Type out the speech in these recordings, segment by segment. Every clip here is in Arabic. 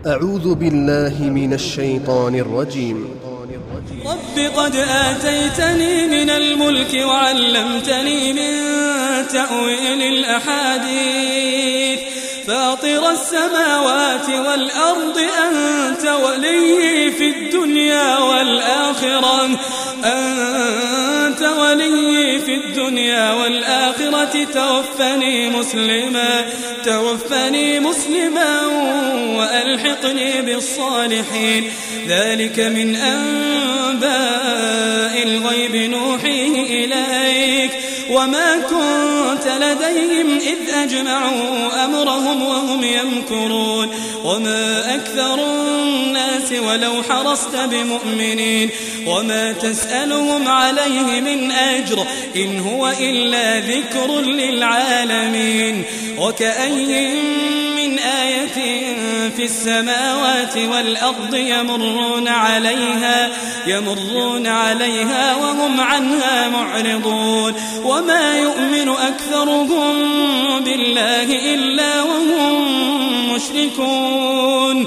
أعوذ بالله من الشيطان الرجيم. رب قد آتيتني من الملك وعلمتني من تأويل الأحاديث فاطر السماوات والأرض أنت ولي في الدنيا والآخرة توفني مسلما وألحقني بالصالحين ذلك من أنباء الغيب نوحيه إليك وما كنت لديهم إذ أجمعوا أمرهم وهم يمكرون وما أكثر الناس ولو حرصت بمؤمنين وما تسألهم عليه من أجر إن هو إلا ذكر للعالمين وكأي من آية في السماوات والأرض يمرون عليها وهم عنها معرضون وما يؤمن أكثرهم بالله إلا وهم مشركون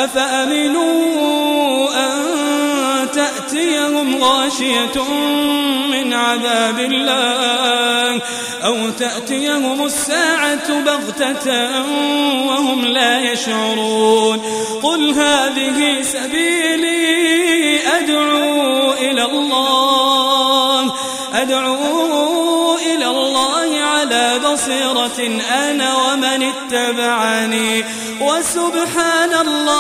أفأمنوا أن تأتيهم غاشية من عذاب الله أو تأتيهم الساعة بغتة وهم لا يشعرون قل هذه سبيلي أدعو إلى الله على بصيرة أنا ومن اتبعني وسبحان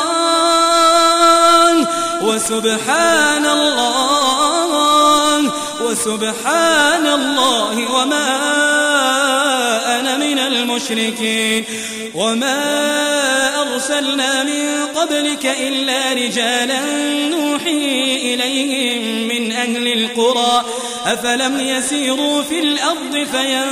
الله وما أنا من المشركين وما أرسلنا من قبلك إلا رجالا نوحي إليهم من أهل القرى أفلم يسيروا في الأرض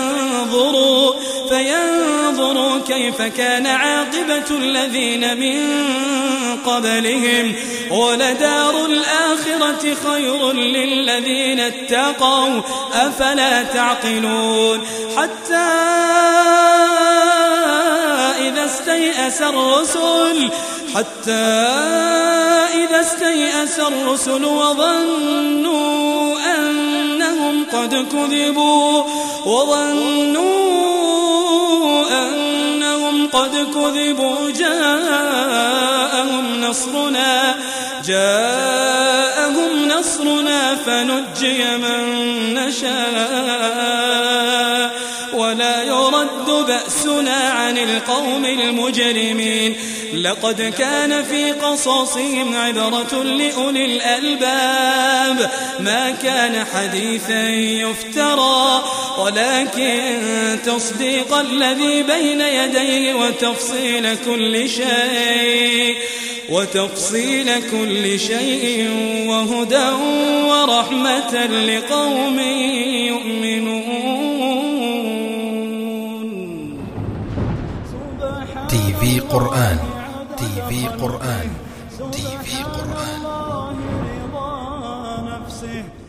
فينظروا كيف كان عاقبة الذين من قبلهم ولدار الآخرة خير للذين اتقوا أفلا تعقلون حتى إذا استيأس الرسل وظنوا أنهم قد كذبوا جاءهم نصرنا فنجي من نشاء ولا يرد بأسنا عن القوم المجرمين لقد كان في قصصهم عبرة لأولي الألباب ما كان حديثا يفترى ولكن تصديق الذي بين يديه وتفصيل كل شيء وهدى ورحمة لقوم يؤمنون. TV قرآن سبحان الله رضا نفسه